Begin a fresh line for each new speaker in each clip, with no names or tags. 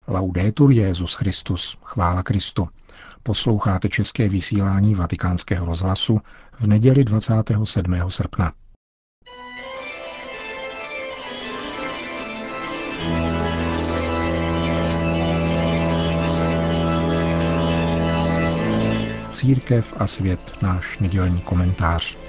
Laudetur Jesus Christus, chvála Kristu. Posloucháte české vysílání Vatikánského rozhlasu v neděli 27. srpna. Církev a svět, náš nedělní komentář.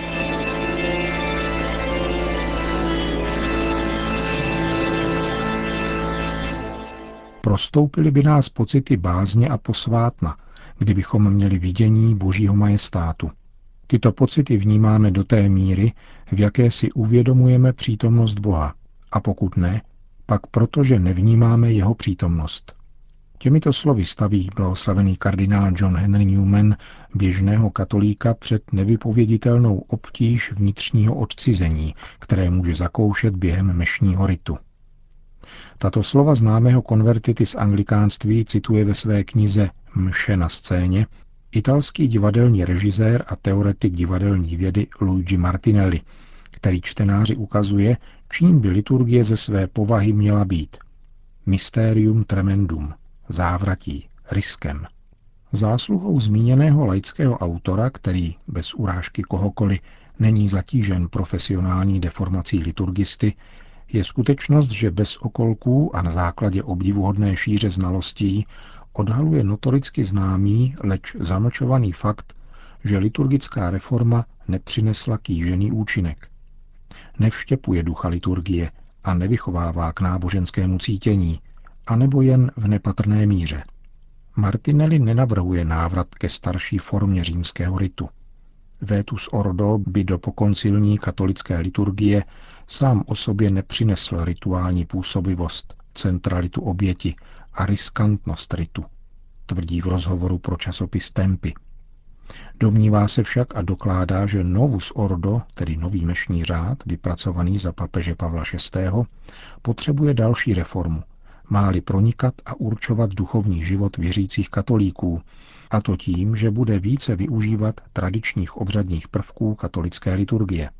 Prostoupily by nás pocity bázně a posvátna, kdybychom měli vidění Božího majestátu. Tyto pocity vnímáme do té míry, v jaké si uvědomujeme přítomnost Boha, a pokud ne, pak protože nevnímáme jeho přítomnost. Těmito slovy staví blahoslavený kardinál John Henry Newman běžného katolíka před nevypověditelnou obtíž vnitřního odcizení, které může zakoušet během mešního ritu. Tato slova známého konvertity z anglikánství cituje ve své knize Mše na scéně italský divadelní režisér a teoretik divadelní vědy Luigi Martinelli, který čtenáři ukazuje, čím by liturgie ze své povahy měla být. Mysterium tremendum, závratí, riskem. Zásluhou zmíněného laického autora, který bez urážky kohokoliv není zatížen profesionální deformací liturgisty, je skutečnost, že bez okolků a na základě obdivuhodné šíře znalostí odhaluje notoricky známý, leč zamlčovaný fakt, že liturgická reforma nepřinesla kýžený účinek. Nevštěpuje ducha liturgie a nevychovává k náboženskému cítění, anebo jen v nepatrné míře. Martinelli nenavrhuje návrat ke starší formě římského ritu. Vetus ordo by do pokoncilní katolické liturgie sám o sobě nepřinesl rituální působivost, centralitu oběti a riskantnost ritu, tvrdí v rozhovoru pro časopis Tempi. Domnívá se však a dokládá, že novus ordo, tedy nový mešní řád, vypracovaný za papeže Pavla VI., potřebuje další reformu, má-li pronikat a určovat duchovní život věřících katolíků, a to tím, že bude více využívat tradičních obřadních prvků katolické liturgie.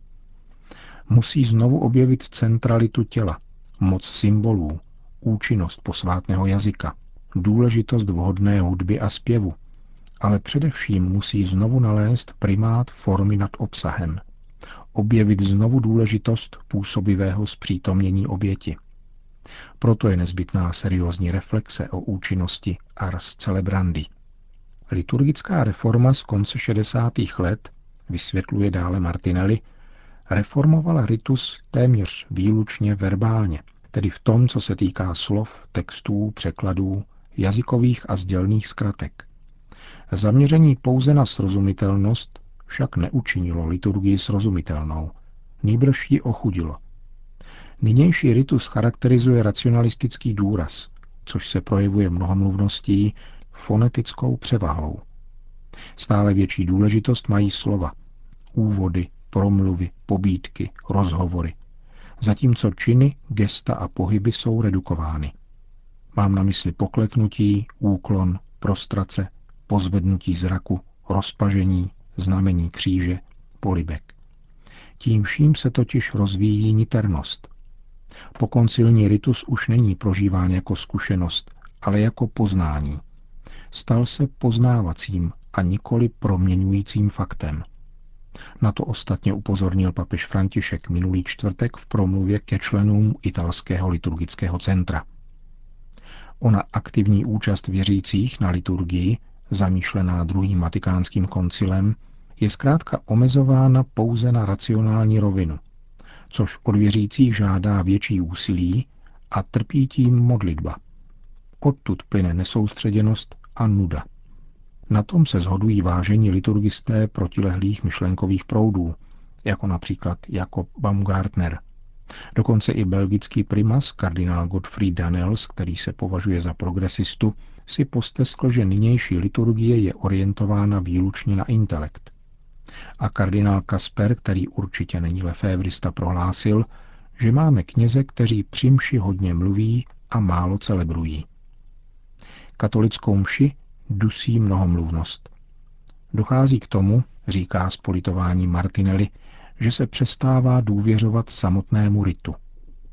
Musí znovu objevit centralitu těla, moc symbolů, účinnost posvátného jazyka, důležitost vhodné hudby a zpěvu, ale především musí znovu nalézt primát formy nad obsahem, objevit znovu důležitost působivého zpřítomnění oběti. Proto je nezbytná seriózní reflexe o účinnosti ars celebrandi. Liturgická reforma z konce 60. let, vysvětluje dále Martinelli, reformovala ritus téměř výlučně verbálně, tedy v tom, co se týká slov, textů, překladů, jazykových a sdělných zkratek. Zaměření pouze na srozumitelnost však neučinilo liturgii srozumitelnou, nýbrž ji ochudilo. Nynější ritus charakterizuje racionalistický důraz, což se projevuje mnohomluvností, fonetickou převahou. Stále větší důležitost mají slova, úvody, promluvy, pobídky, rozhovory, zatímco činy, gesta a pohyby jsou redukovány. Mám na mysli pokleknutí, úklon, prostrace, pozvednutí zraku, rozpažení, znamení kříže, polibek. Tím vším se totiž rozvíjí niternost. Pokoncilní ritus už není prožíván jako zkušenost, ale jako poznání. Stal se poznávacím a nikoli proměňujícím faktem. Na to ostatně upozornil papež František minulý čtvrtek v promluvě ke členům italského liturgického centra. Ona aktivní účast věřících na liturgii, zamýšlená druhým vatikánským koncilem, je zkrátka omezována pouze na racionální rovinu, což od věřících žádá větší úsilí a trpí tím modlitba. Odtud plyne nesoustředěnost a nuda. Na tom se shodují vážení liturgisté protilehlých myšlenkových proudů, jako například Jakob Baumgartner. Dokonce i belgický primas kardinál Gottfried Danels, který se považuje za progresistu, si posteskl, že nynější liturgie je orientována výlučně na intelekt. A kardinál Kasper, který určitě není lefévrista, prohlásil, že máme kněze, kteří při mši hodně mluví a málo celebrují. Katolickou mši dusí mnohomluvnost. Dochází k tomu, říká s politováním Martinelli, že se přestává důvěřovat samotnému ritu.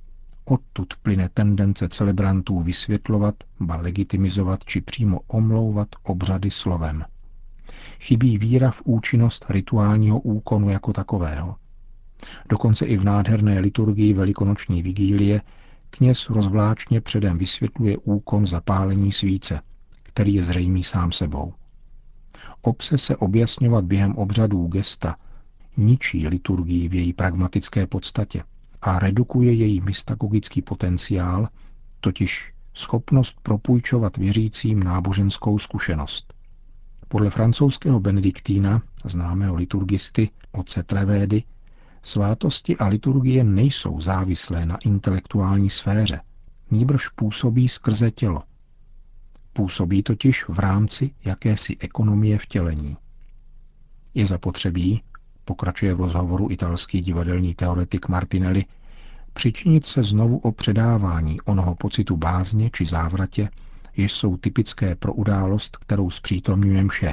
Odtud plyne tendence celebrantů vysvětlovat, ba legitimizovat či přímo omlouvat obřady slovem. Chybí víra v účinnost rituálního úkonu jako takového. Dokonce i v nádherné liturgii velikonoční vigílie kněz rozvláčně předem vysvětluje úkon zapálení svíce, který je zřejmý sám sebou. Obse se objasňovat během obřadů gesta ničí liturgii v její pragmatické podstatě a redukuje její mystagogický potenciál, totiž schopnost propůjčovat věřícím náboženskou zkušenost. Podle francouzského benediktína, známého liturgisty otce Trevédy, svátosti a liturgie nejsou závislé na intelektuální sféře, nýbrž působí skrze tělo. Působí totiž v rámci jakési ekonomie vtělení. Je zapotřebí, pokračuje v rozhovoru italský divadelní teoretik Martinelli, přičinit se znovu o předávání onoho pocitu bázně či závratě, jež jsou typické pro událost, kterou zpřítomňuje mše.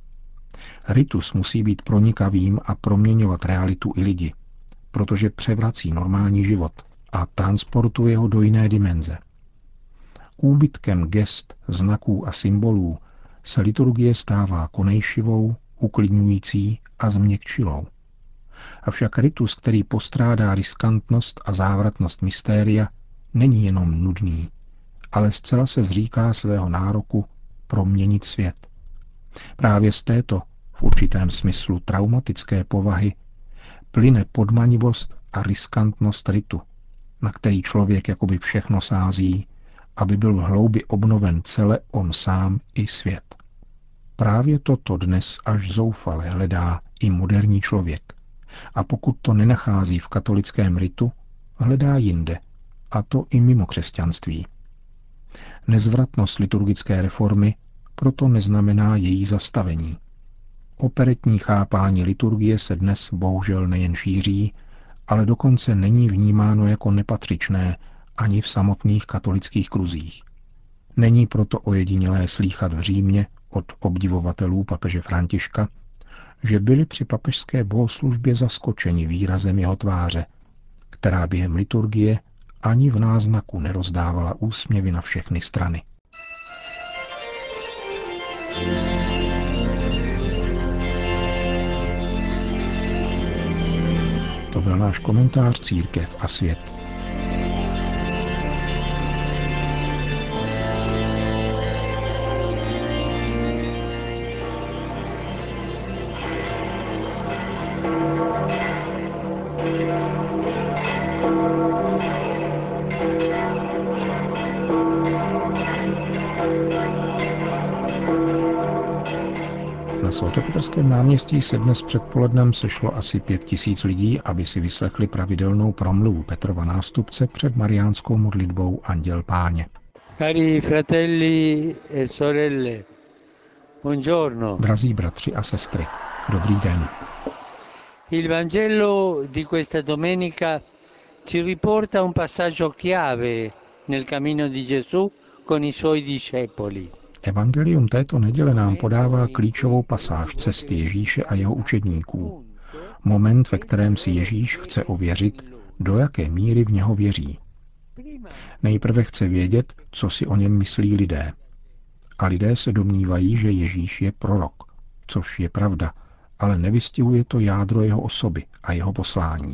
Ritus musí být pronikavým a proměňovat realitu i lidi, protože převrací normální život a transportuje ho do jiné dimenze. Úbytkem gest, znaků a symbolů se liturgie stává konejšivou, uklidňující a změkčilou. Avšak ritus, který postrádá riskantnost a závratnost mystéria, není jenom nudný, ale zcela se zříká svého nároku proměnit svět. Právě z této, v určitém smyslu traumatické povahy, plyne podmanivost a riskantnost ritu, na který člověk jakoby všechno sází, aby byl v hloubi obnoven cele on sám i svět. Právě toto dnes až zoufale hledá i moderní člověk. A pokud to nenachází v katolickém ritu, hledá jinde, a to i mimo křesťanství. Nezvratnost liturgické reformy proto neznamená její zastavení. Operetní chápání liturgie se dnes bohužel nejen šíří, ale dokonce není vnímáno jako nepatřičné ani v samotných katolických kruzích. Není proto ojedinělé slýchat v Římě od obdivovatelů papeže Františka, že byli při papežské bohoslužbě zaskočeni výrazem jeho tváře, která během liturgie ani v náznaku nerozdávala úsměvy na všechny strany. To byl náš komentář Církev a svět. Na svatopetrském náměstí se dnes předpolednem sešlo asi 5 000 lidí, aby si vyslechli pravidelnou promluvu Petrova nástupce před mariánskou modlitbou Anděl Páně.
Cari fratelli e sorelle, buongiorno.
Drazí bratři a sestry, dobrý den.
Il Vangelo di questa domenica ci riporta un passaggio chiave nel cammino di Gesù con i suoi discepoli.
Evangelium této neděle nám podává klíčovou pasáž cesty Ježíše a jeho učedníků. Moment, ve kterém si Ježíš chce ověřit, do jaké míry v něho věří. Nejprve chce vědět, co si o něm myslí lidé. A lidé se domnívají, že Ježíš je prorok, což je pravda, ale nevystihuje to jádro jeho osoby a jeho poslání.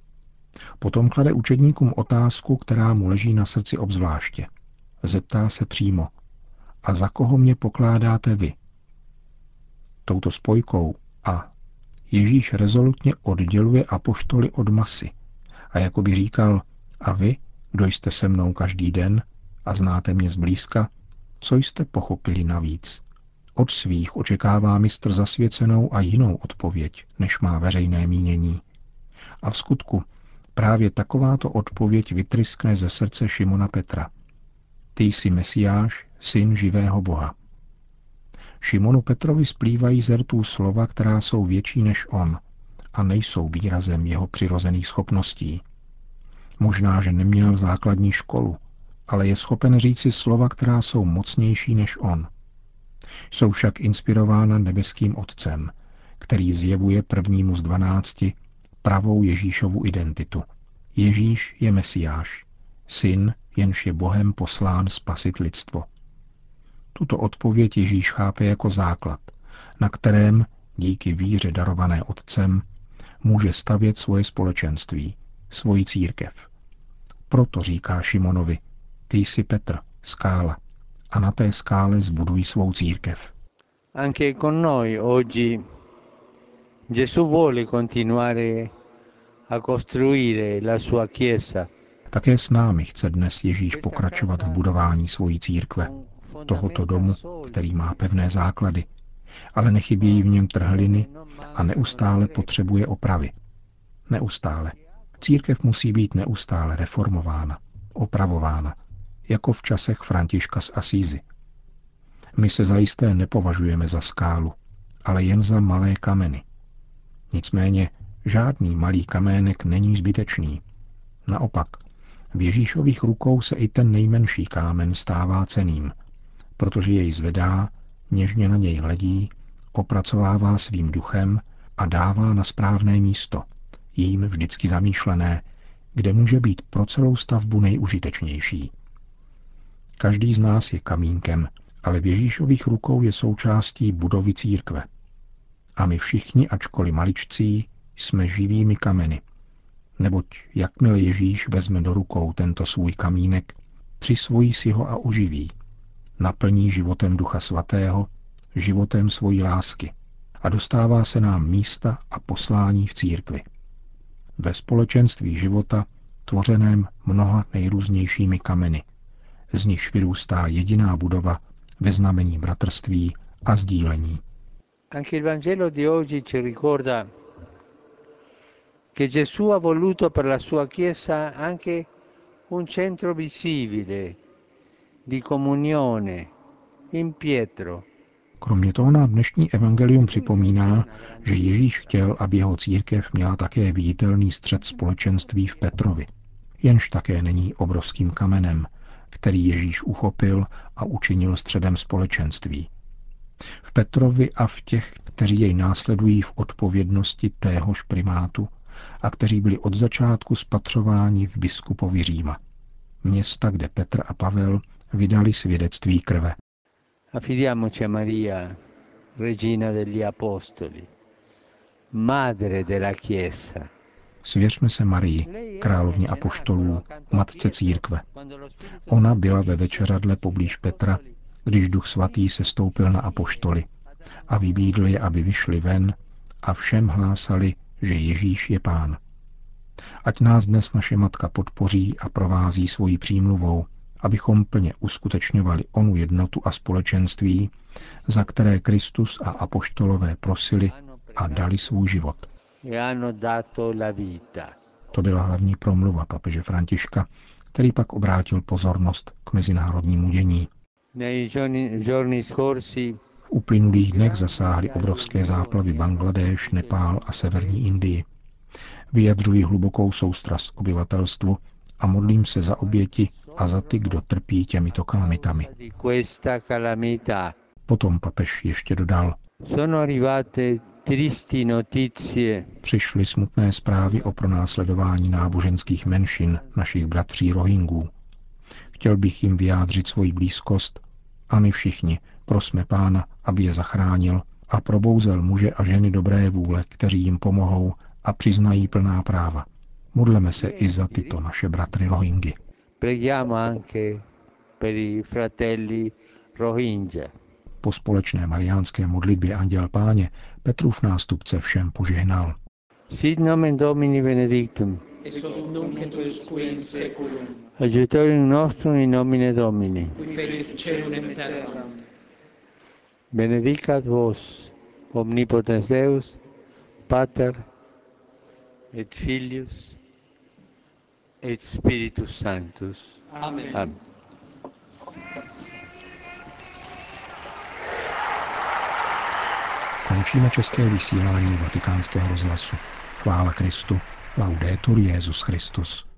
Potom klade učedníkům otázku, která mu leží na srdci obzvláště. Zeptá se přímo: a za koho mě pokládáte vy? Touto spojkou a Ježíš rezolutně odděluje apoštoly od masy a jakoby říkal: a vy, kdo jste se mnou každý den a znáte mě zblízka, co jste pochopili navíc? Od svých očekává mistr zasvěcenou a jinou odpověď, než má veřejné mínění. A v skutku právě takováto odpověď vytryskne ze srdce Šimona Petra. Ty jsi Mesiáš, syn živého Boha. Šimonu Petrovi splývají z rtů slova, která jsou větší než on a nejsou výrazem jeho přirozených schopností. Možná, že neměl základní školu, ale je schopen říci slova, která jsou mocnější než on. Jsou však inspirována nebeským Otcem, který zjevuje prvnímu z 12 pravou Ježíšovu identitu. Ježíš je Mesiáš, Syn, jenž je Bohem poslán spasit lidstvo. Tuto odpověď Ježíš chápe jako základ, na kterém, díky víře darované Otcem, může stavět svoje společenství, svoji církev. Proto říká Šimonovi, ty jsi Petr, skála, a na té skále zbuduj svou církev.
Anche con noi oggi Gesù vuole continuare a costruire la sua Chiesa.
Také s námi chce dnes Ježíš pokračovat v budování svojí církve, tohoto domu, který má pevné základy, ale nechybějí v něm trhliny a neustále potřebuje opravy. Neustále. Církev musí být neustále reformována, opravována, jako v časech Františka z Asízy. My se zajisté nepovažujeme za skálu, ale jen za malé kameny. Nicméně žádný malý kamének není zbytečný. Naopak, v Ježíšových rukou se i ten nejmenší kámen stává cenným, protože jej zvedá, něžně na něj hledí, opracovává svým duchem a dává na správné místo, jím vždycky zamýšlené, kde může být pro celou stavbu nejužitečnější. Každý z nás je kamínkem, ale v Ježíšových rukou je součástí budovy církve. A my všichni, ačkoliv maličcí, jsme živými kameny. Neboť jakmile Ježíš vezme do rukou tento svůj kamínek, přisvojí si ho a oživí. Naplní životem Ducha Svatého, životem svojí lásky a dostává se nám místa a poslání v církvi. Ve společenství života, tvořeném mnoha nejrůznějšími kameny, z nichž vyrůstá jediná budova ve znamení bratrství a sdílení.
Anche il Vangelo di oggi ci ricorda che Gesù ha voluto per la sua Chiesa anche un centro visibile di comunione in Pietro.
Kromě toho nám dnešní evangelium připomíná, že Ježíš chtěl, aby jeho církev měla také viditelný střed společenství v Petrovi, jenž také není obrovským kamenem, který Ježíš uchopil a učinil středem společenství. V Petrovi a v těch, kteří jej následují v odpovědnosti téhož primátu a kteří byli od začátku spatřováni v biskupovi Říma. Města, kde Petr a Pavel vydali svědectví krve.
Affidiamoci a Maria, regina degli apostoli, madre della Chiesa.
Svěřme se Marii, královně apoštolů, matce církve. Ona byla ve večeřadle poblíž Petra, když Duch Svatý sestoupil na apoštoly a vybídl je, aby vyšli ven a všem hlásali, že Ježíš je Pán. Ať nás dnes naše Matka podpoří a provází svojí přímluvou, abychom plně uskutečňovali onu jednotu a společenství, za které Kristus a apoštolové prosili a dali svůj život. To byla hlavní promluva papeže Františka, který pak obrátil pozornost k mezinárodnímu dění. V uplynulých dnech zasáhly obrovské záplavy Bangladéš, Nepál a severní Indii. Vyjadřuji hlubokou soustrast obyvatelstvu a modlím se za oběti a za ty, kdo trpí těmito kalamitami. Potom papež ještě dodal: Přišly smutné zprávy o pronásledování náboženských menšin našich bratří Rohingů. Chtěl bych jim vyjádřit svoji blízkost a my všichni prosme Pána, aby je zachránil a probouzel muže a ženy dobré vůle, kteří jim pomohou a přiznají plná práva. Modleme se i za tyto naše bratry Rohingy. Po společné mariánské modlitbě Anděl Páně Petrův nástupce všem požehnal.
Sit nomen Domini benedictum.
Ex hoc nunc et usque in seculum.
Aiutorium nostrum in nomine Domini.
Qui fecit caelum et terram.
Benedicat vos, omnipotens Deus, Pater et Filius et Spiritus Sanctus.
Amen.
Amen.
Končíme české vysílání Vatikánského rozhlasu. Chvála Kristu. Laudetur Jesus Christus.